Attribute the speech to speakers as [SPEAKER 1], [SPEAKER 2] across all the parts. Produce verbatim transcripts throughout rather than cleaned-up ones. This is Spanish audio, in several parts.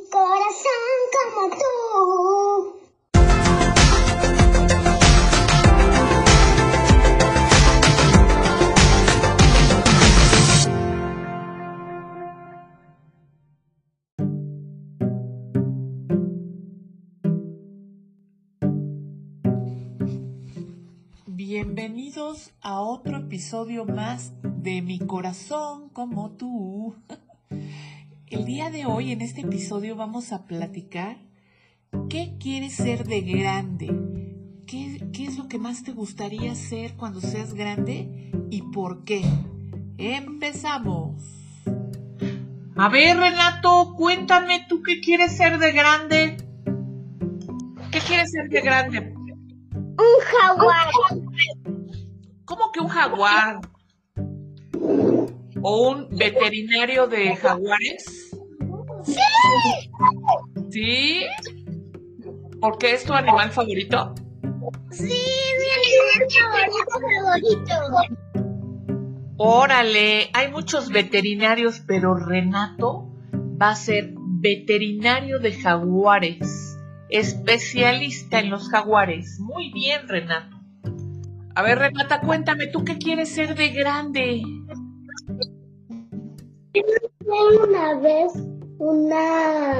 [SPEAKER 1] corazón como tú.
[SPEAKER 2] Bienvenidos a otro episodio más de Mi Corazón como tú. El día de hoy, en este episodio, vamos a platicar qué quieres ser de grande. ¿Qué, qué es lo que más te gustaría ser cuando seas grande y por qué? ¡Empezamos! A ver, Renato, cuéntame, ¿tú qué quieres ser de grande? ¿Qué quieres ser de grande?
[SPEAKER 1] Un jaguar.
[SPEAKER 2] ¿Cómo que un jaguar? ¿O un veterinario de jaguares?
[SPEAKER 1] ¡Sí!
[SPEAKER 2] ¿Sí? ¿Por qué es tu animal favorito?
[SPEAKER 1] Sí, mi animal favorito, favorito.
[SPEAKER 2] Órale, hay muchos veterinarios, pero Renato va a ser veterinario de jaguares, especialista en los jaguares. Muy bien, Renato. A ver, Renata, cuéntame, ¿tú qué quieres ser de grande?
[SPEAKER 1] Una vez una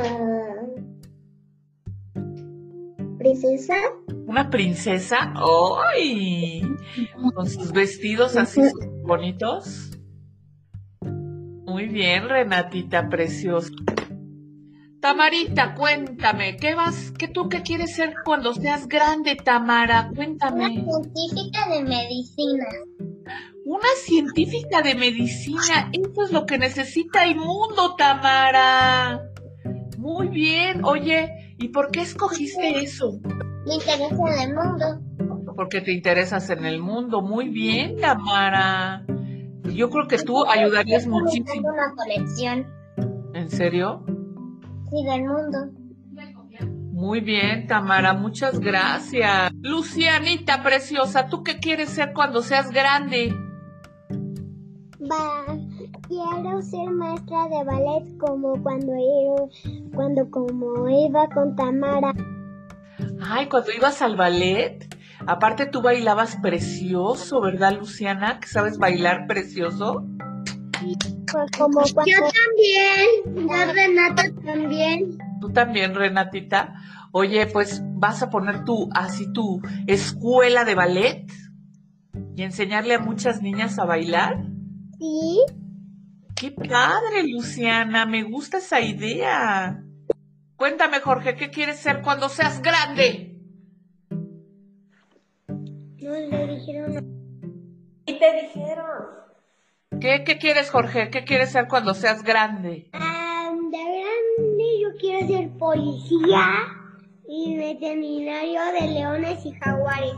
[SPEAKER 1] princesa.
[SPEAKER 2] ¿Una princesa? ¡Ay! Con sus vestidos así bonitos. Muy bien, Renatita preciosa. Tamarita, cuéntame, ¿qué vas, qué tú qué quieres ser cuando seas grande, Tamara? Cuéntame.
[SPEAKER 1] Una científica de medicina.
[SPEAKER 2] Una científica de medicina, eso es lo que necesita el mundo, Tamara. Muy bien, oye, ¿y por qué escogiste eso?
[SPEAKER 1] Me interesa en el mundo.
[SPEAKER 2] Porque te interesas en el mundo. Muy bien, Tamara. Yo creo que tú ayudarías muchísimo.
[SPEAKER 1] Una colección.
[SPEAKER 2] ¿En serio?
[SPEAKER 1] Sí, del mundo.
[SPEAKER 2] Muy bien, Tamara, muchas gracias. Lucianita preciosa, ¿tú qué quieres ser cuando seas grande?
[SPEAKER 1] Va, quiero ser maestra de ballet como cuando iba, cuando como iba con Tamara.
[SPEAKER 2] Ay, cuando ibas al ballet, aparte tú bailabas precioso, ¿verdad, Luciana? ¿Que sabes bailar precioso?
[SPEAKER 1] Pues como cuando... Yo también, yo Renata también.
[SPEAKER 2] Tú también, Renatita. Oye, pues vas a poner tu, así tu escuela de ballet y enseñarle a muchas niñas a bailar.
[SPEAKER 1] Sí.
[SPEAKER 2] ¡Qué padre, Luciana! Me gusta esa idea. Cuéntame, Jorge, ¿qué quieres ser cuando seas grande?
[SPEAKER 1] No le dijeron.
[SPEAKER 3] ¿Y te dijeron?
[SPEAKER 2] ¿Qué, qué quieres, Jorge? ¿Qué quieres ser cuando seas grande?
[SPEAKER 1] Um, de grande yo quiero ser policía y veterinario de leones y jaguares.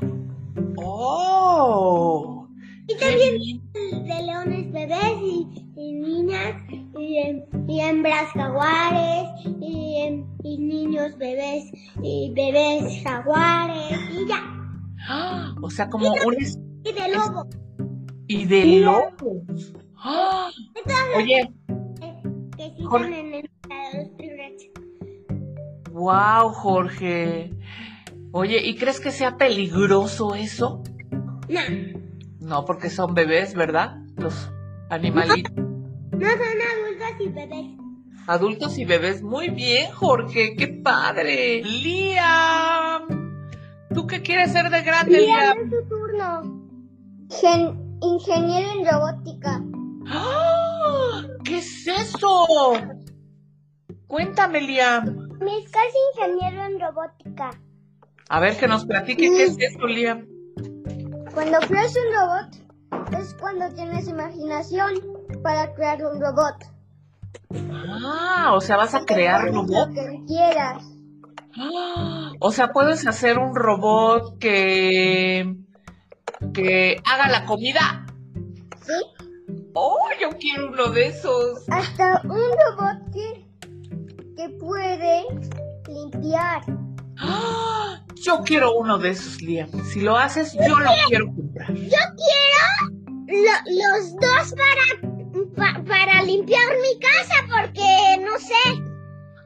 [SPEAKER 2] ¡Oh!
[SPEAKER 1] Y también de leones bebés y, y niñas y, y hembras jaguares y, y niños bebés y bebés jaguares y ya.
[SPEAKER 2] ¡Ah! O sea, como un... es-
[SPEAKER 1] Y de lobo.
[SPEAKER 2] Y de lobos. ¡Ah! Oye,
[SPEAKER 1] Que sigan
[SPEAKER 2] Jorge.
[SPEAKER 1] en el de los privilegios.
[SPEAKER 2] ¡Wow, Jorge! Oye, ¿y crees que sea peligroso eso?
[SPEAKER 1] No,
[SPEAKER 2] No, porque son bebés, ¿verdad? Los animalitos.
[SPEAKER 1] no son adultos y bebés.
[SPEAKER 2] Adultos y bebés. Muy bien, Jorge. ¡Qué padre! Liam. ¿Tú qué quieres ser de grande, Liam?
[SPEAKER 1] Es tu turno. Gen- ingeniero en robótica.
[SPEAKER 2] ¡Ah! ¿Qué es eso? Cuéntame, Liam.
[SPEAKER 1] Mis casi ingeniero en robótica.
[SPEAKER 2] A ver, que nos platique qué es eso, Liam.
[SPEAKER 1] Cuando creas un robot, es cuando tienes imaginación para crear un robot.
[SPEAKER 2] Ah, o sea, vas a crear robot.
[SPEAKER 1] Lo que quieras.
[SPEAKER 2] ¡Ah! O sea, puedes hacer un robot que que haga la comida.
[SPEAKER 1] ¿Sí?
[SPEAKER 2] ¡Oh, yo quiero uno de esos!
[SPEAKER 1] Hasta un robot que, que puede limpiar.
[SPEAKER 2] ¡Ah! Yo quiero uno de esos, Liam. Si lo haces, yo lo quiero comprar.
[SPEAKER 1] Yo quiero lo- los dos para, pa- para limpiar mi casa porque no sé.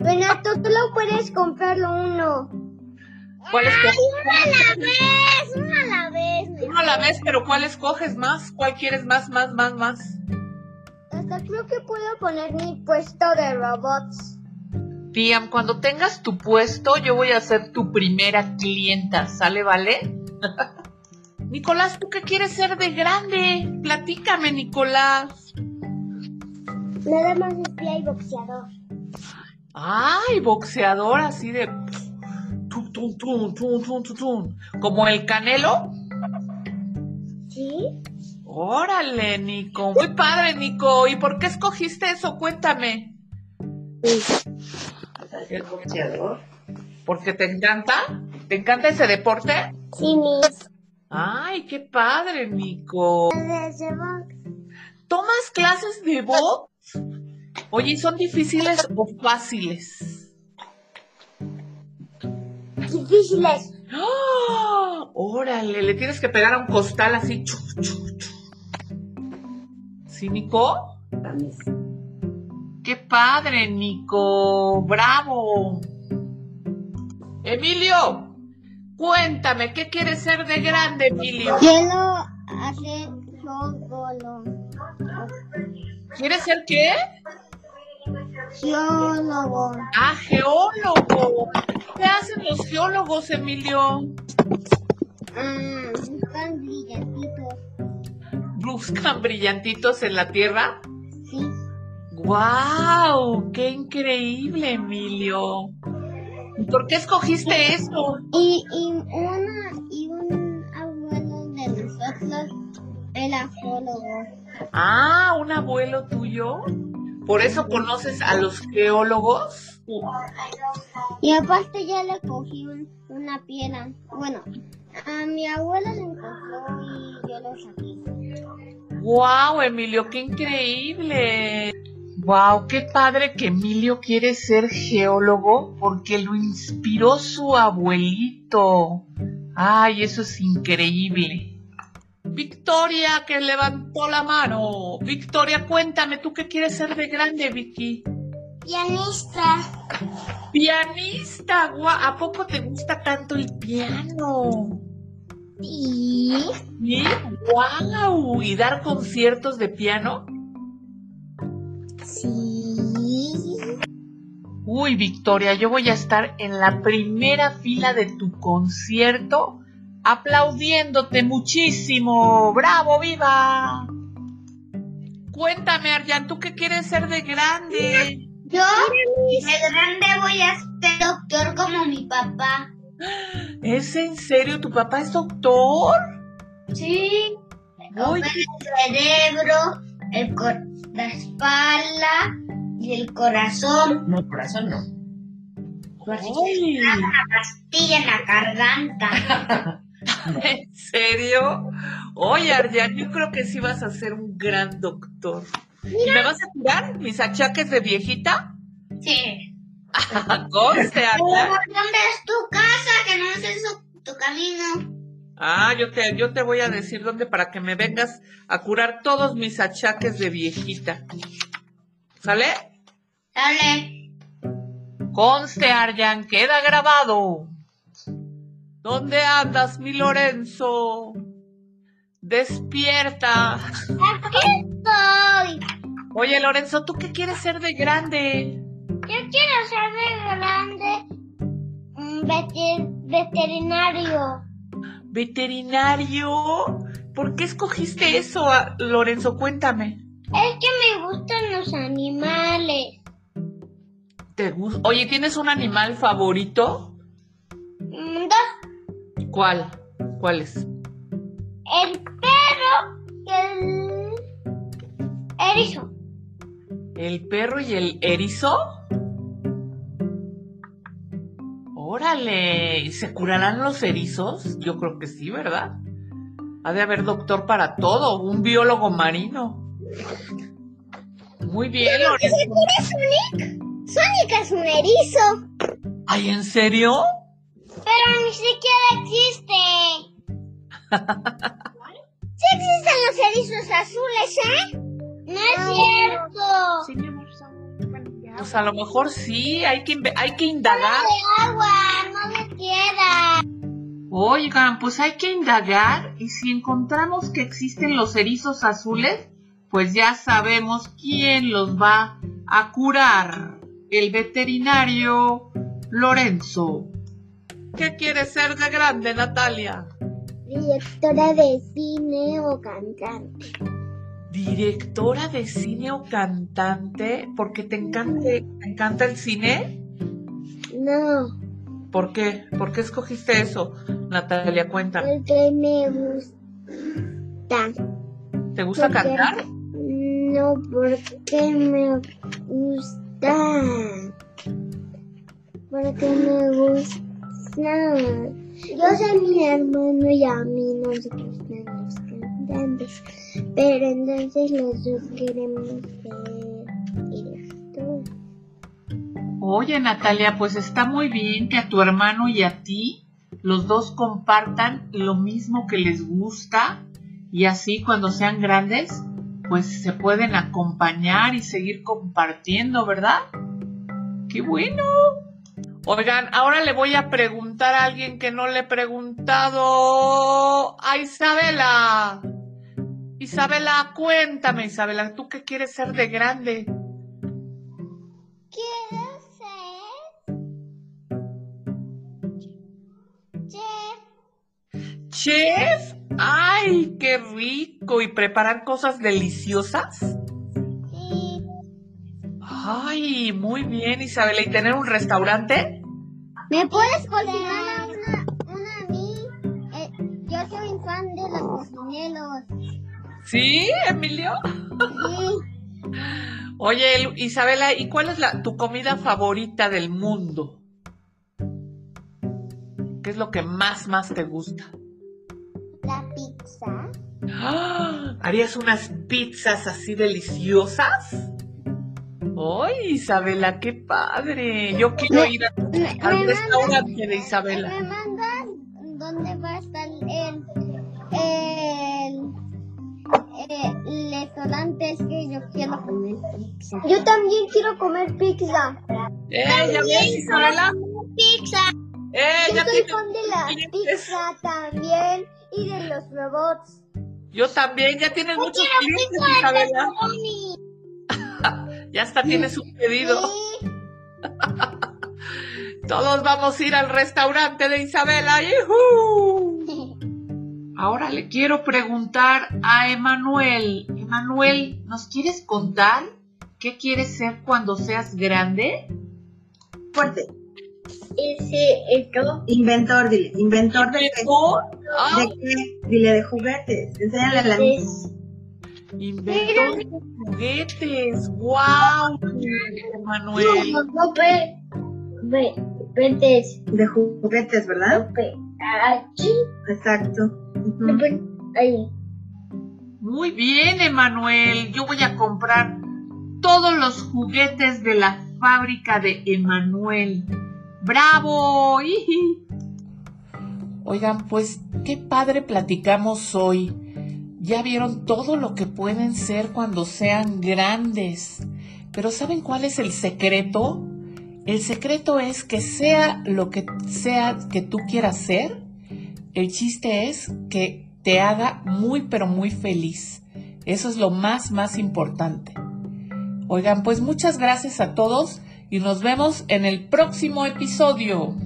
[SPEAKER 1] Bueno, tú, tú lo puedes comprarlo uno.
[SPEAKER 2] ¿Cuál escoges?
[SPEAKER 1] Una a la vez, una a la vez.
[SPEAKER 2] Uno a la vez, pero ¿cuál escoges más? ¿Cuál quieres más, más, más, más?
[SPEAKER 1] Hasta creo que puedo poner mi puesto de robots.
[SPEAKER 2] Piam, cuando tengas tu puesto, yo voy a ser tu primera clienta, ¿sale, vale? Nicolás, ¿tú qué quieres ser de grande? Platícame, Nicolás.
[SPEAKER 1] Nada más espía y boxeador.
[SPEAKER 2] Ay, boxeador así de... Tum, tum, tum, tum, tum, tum, tum. ¿Como el Canelo?
[SPEAKER 1] ¿Sí?
[SPEAKER 2] Órale, Nico. Muy padre, Nico. ¿Y por qué escogiste eso? Cuéntame.
[SPEAKER 3] ¿El boxeador?
[SPEAKER 2] ¿Porque te encanta? ¿Te encanta ese deporte?
[SPEAKER 1] Sí, mis.
[SPEAKER 2] Ay, qué padre, Nico.
[SPEAKER 1] De box.
[SPEAKER 2] ¿Tomas clases de box? Oye, ¿son difíciles o fáciles?
[SPEAKER 1] Difíciles.
[SPEAKER 2] ¡Oh! Órale, le tienes que pegar a un costal así. Chu, chu, chu. ¿Sí, Nico? ¡Qué padre, Nico! ¡Bravo! Emilio, cuéntame, ¿qué quieres ser de grande, Emilio?
[SPEAKER 1] Quiero hacer geólogo.
[SPEAKER 2] ¿Quieres ser qué?
[SPEAKER 1] Geólogo.
[SPEAKER 2] Ah, geólogo. ¿Qué hacen los geólogos, Emilio?
[SPEAKER 1] Mm, buscan brillantitos.
[SPEAKER 2] ¿Buscan brillantitos en la tierra?
[SPEAKER 1] Sí.
[SPEAKER 2] ¡Guau! ¡Qué increíble, Emilio! ¿Y por qué escogiste eso?
[SPEAKER 1] Y, y, una, y un abuelo de nosotros era geólogo.
[SPEAKER 2] Ah, ¿un abuelo tuyo? ¿Por eso conoces a los geólogos?
[SPEAKER 1] Y aparte ya le cogí un, una piedra. Bueno, a mi abuela le encontró y yo lo saqué.
[SPEAKER 2] ¡Guau, Emilio! ¡Qué increíble! ¡Guau! ¡Qué padre que Emilio quiere ser geólogo porque lo inspiró su abuelito! ¡Ay, eso es increíble! Victoria, que levantó la mano. Victoria, cuéntame, ¿tú qué quieres ser de grande, Vicky?
[SPEAKER 1] Pianista.
[SPEAKER 2] Pianista, guau. ¿A poco te gusta tanto el piano?
[SPEAKER 1] Sí.
[SPEAKER 2] ¿Sí? ¡Guau! ¿Y dar conciertos de piano?
[SPEAKER 1] Sí.
[SPEAKER 2] Uy, Victoria, yo voy a estar en la primera fila de tu concierto aplaudiéndote muchísimo. ¡Bravo, viva! Cuéntame, Arjan, ¿tú qué quieres ser de grande?
[SPEAKER 1] Yo de grande voy a ser doctor como mi papá.
[SPEAKER 2] ¿Es en serio? ¿Tu papá es doctor?
[SPEAKER 1] Sí.
[SPEAKER 2] Uy,
[SPEAKER 1] Opera el cerebro, el cor la espalda y el corazón.
[SPEAKER 3] No, corazón no.
[SPEAKER 2] Ay,
[SPEAKER 1] Una pastilla en la garganta.
[SPEAKER 2] ¿en serio? Oye, Arjan, yo creo que sí vas a ser un gran doctor. ¿Y me vas a curar mis achaques de viejita?
[SPEAKER 1] Sí.
[SPEAKER 2] Conste, Arjan.
[SPEAKER 1] ¿Dónde es tu casa? Que no sé su, tu camino.
[SPEAKER 2] Ah, yo te, yo te voy a decir dónde para que me vengas a curar todos mis achaques de viejita. ¿Sale?
[SPEAKER 1] Dale.
[SPEAKER 2] Conste, Arjan, queda grabado. ¿Dónde andas, mi Lorenzo? Despierta.
[SPEAKER 1] Aquí estoy.
[SPEAKER 2] Oye, Lorenzo, ¿tú qué quieres ser de grande?
[SPEAKER 1] Yo quiero ser de grande mm, veter veterinario.
[SPEAKER 2] ¿Veterinario? ¿Por qué escogiste eso, Lorenzo? Cuéntame.
[SPEAKER 1] Es que me gustan los animales.
[SPEAKER 2] ¿Te gusta? Oye, ¿tienes un animal favorito?
[SPEAKER 1] Mm, dos.
[SPEAKER 2] ¿Cuál? ¿Cuál es?
[SPEAKER 1] El perro y el erizo.
[SPEAKER 2] ¿El perro y el erizo? Órale, ¿y se curarán los erizos? Yo creo que sí, ¿verdad? Ha de haber doctor para todo, un biólogo marino. Muy bien, Lorenzo.
[SPEAKER 1] ¿Eres Sonic? Sonic es un erizo.
[SPEAKER 2] ¿Ay, en serio?
[SPEAKER 1] Pero ni siquiera existe. Sí existen los erizos azules, ¿eh? No es cierto.
[SPEAKER 2] Sí, mi amor, son... Bueno, ya. Pues a lo mejor sí, hay que, inve- hay que indagar.
[SPEAKER 1] De agua, no me queda.
[SPEAKER 2] Oigan, pues hay que indagar y si encontramos que existen los erizos azules, pues ya sabemos quién los va a curar. El veterinario Lorenzo. ¿Qué quieres ser de grande, Natalia?
[SPEAKER 1] Directora de cine o cantante.
[SPEAKER 2] ¿Directora de cine o cantante? ¿Porque te encanta, te encanta el cine?
[SPEAKER 1] No,
[SPEAKER 2] ¿Por qué? ¿Por qué escogiste eso, Natalia? Cuéntame.
[SPEAKER 1] porque me gusta.
[SPEAKER 2] ¿Te gusta
[SPEAKER 1] Porque-
[SPEAKER 2] cantar?
[SPEAKER 1] No, porque me gusta. Porque me gusta. Yo soy mi hermano y a mí nos gustan los cantantes. Pero entonces los dos queremos ser directores.
[SPEAKER 2] Oye, Natalia, pues está muy bien que a tu hermano y a ti los dos compartan lo mismo que les gusta y así cuando sean grandes, pues se pueden acompañar y seguir compartiendo, ¿verdad? ¡Qué bueno! Oigan, ahora le voy a preguntar a alguien que no le he preguntado. ¡A Isabela! Isabela, cuéntame, Isabela, ¿tú qué quieres ser de grande?
[SPEAKER 1] Quiero ser chef.
[SPEAKER 2] ¿Chef? ¡Ay, qué rico! ¿Y preparar cosas deliciosas?
[SPEAKER 1] Sí.
[SPEAKER 2] ¡Ay, muy bien, Isabela! ¿Y tener un restaurante?
[SPEAKER 1] ¿Me puedes cocinar una, una a mí? Eh, yo soy fan de los cocineros.
[SPEAKER 2] ¿Sí, Emilio?
[SPEAKER 1] Sí.
[SPEAKER 2] Oye, Lu- Isabela, ¿y cuál es la, tu comida favorita del mundo? ¿Qué es lo que más, más te gusta?
[SPEAKER 1] La pizza.
[SPEAKER 2] ¡Ah! ¿Harías unas pizzas así deliciosas? ¡Ay, Isabela, qué padre! Yo quiero
[SPEAKER 1] Me-
[SPEAKER 2] ir a-
[SPEAKER 1] Me,
[SPEAKER 2] al
[SPEAKER 1] me
[SPEAKER 2] restaurante de
[SPEAKER 1] mandas-
[SPEAKER 2] Isabela.
[SPEAKER 1] ¿Me mandas dónde va a estar el, el, el restaurante? Es que yo quiero comer pizza. Yo también quiero comer pizza.
[SPEAKER 2] ¡Eh, ya ves, Isabela!
[SPEAKER 1] Pizza.
[SPEAKER 2] ¡Eh,
[SPEAKER 1] Yo
[SPEAKER 2] ya
[SPEAKER 1] soy
[SPEAKER 2] tienes
[SPEAKER 1] fan de la
[SPEAKER 2] clientes!
[SPEAKER 1] pizza también y de los robots.
[SPEAKER 2] Yo también, ya tienes muchos clientes, Isabela. Ya hasta tienes un pedido.
[SPEAKER 1] Sí.
[SPEAKER 2] Todos vamos a ir al restaurante de Isabela. ¡Yujú! Ahora le quiero preguntar a Emanuel. Emanuel, ¿nos quieres contar qué quieres ser cuando seas grande?
[SPEAKER 3] Fuerte.
[SPEAKER 1] Ese, esto.
[SPEAKER 3] Inventor, dile. Inventor de qué.
[SPEAKER 2] ¿Inventor? Ah,
[SPEAKER 3] ¿De qué? Dile de juguetes. Enséñale a la niña.
[SPEAKER 2] inventor de juguetes. ¡Wow! Emanuel.
[SPEAKER 1] No, ve, ve, ventes.
[SPEAKER 3] De juguetes, ¿verdad?
[SPEAKER 1] Ve, aquí,
[SPEAKER 3] Exacto. Ujú.
[SPEAKER 1] ahí.
[SPEAKER 2] Muy bien, Emanuel. Yo voy a comprar todos los juguetes de la fábrica de Emanuel. ¡Bravo! ¡Iji! Oigan, pues qué padre platicamos hoy. Ya vieron todo lo que pueden ser cuando sean grandes. Pero ¿saben cuál es el secreto? El secreto es que sea lo que sea que tú quieras ser, el chiste es que te haga muy pero muy feliz. Eso es lo más, más importante. Oigan, pues muchas gracias a todos y nos vemos en el próximo episodio.